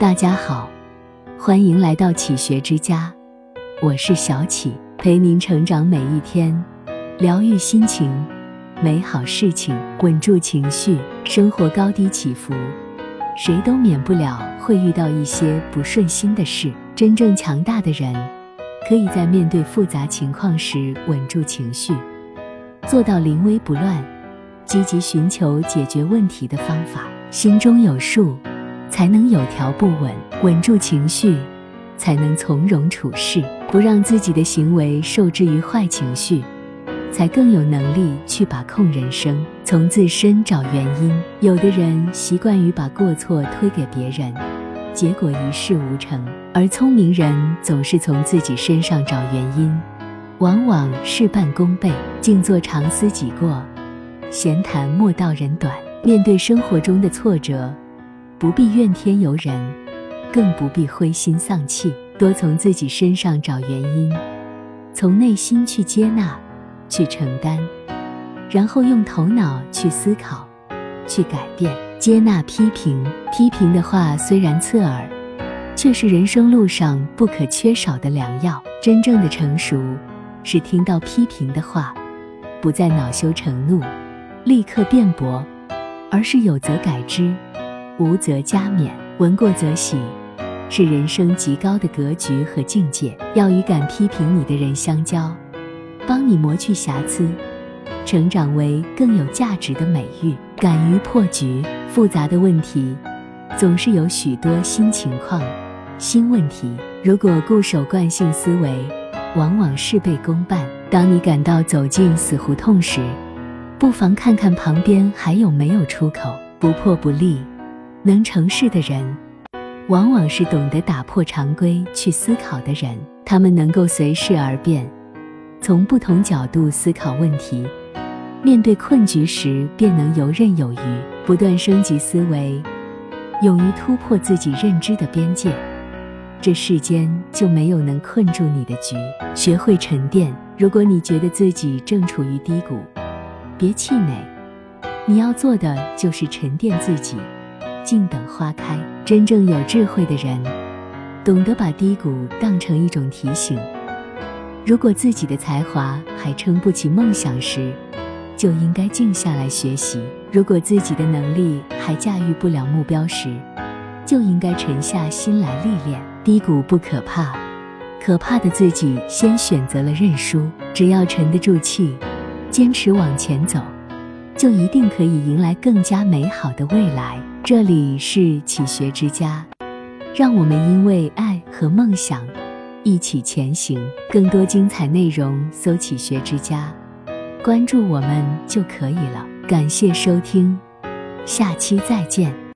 大家好，欢迎来到启学之家，我是小启，陪您成长每一天，疗愈心情，美好事情，稳住情绪。生活高低起伏，谁都免不了会遇到一些不顺心的事。真正强大的人，可以在面对复杂情况时稳住情绪，做到临危不乱，积极寻求解决问题的方法。心中有数，才能有条不紊，稳住情绪，才能从容处事，不让自己的行为受制于坏情绪，才更有能力去把控人生，从自身找原因。有的人习惯于把过错推给别人，结果一事无成，而聪明人总是从自己身上找原因，往往事半功倍。静坐常思己过，闲谈莫道人短。面对生活中的挫折，不必怨天尤人，更不必灰心丧气，多从自己身上找原因，从内心去接纳，去承担，然后用头脑去思考，去改变。接纳批评，批评的话虽然刺耳，却是人生路上不可缺少的良药。真正的成熟，是听到批评的话，不再恼羞成怒，立刻辩驳，而是有则改之，无则加勉，闻过则喜，是人生极高的格局和境界。要与敢批评你的人相交，帮你磨去瑕疵，成长为更有价值的美玉。敢于破局，复杂的问题总是有许多新情况、新问题，如果固守惯性思维，往往事倍功半。当你感到走进死胡同时，不妨看看旁边还有没有出口。不破不立，能成事的人，往往是懂得打破常规去思考的人。他们能够随事而变，从不同角度思考问题，面对困局时便能游刃有余。不断升级思维，勇于突破自己认知的边界，这世间就没有能困住你的局。学会沉淀，如果你觉得自己正处于低谷，别气馁，你要做的就是沉淀自己，静等花开。真正有智慧的人，懂得把低谷当成一种提醒。如果自己的才华还撑不起梦想时，就应该静下来学习；如果自己的能力还驾驭不了目标时，就应该沉下心来历练。低谷不可怕，可怕的自己先选择了认输。只要沉得住气，坚持往前走，就一定可以迎来更加美好的未来。这里是启学之家，让我们因为爱和梦想一起前行。更多精彩内容搜启学之家，关注我们就可以了。感谢收听，下期再见。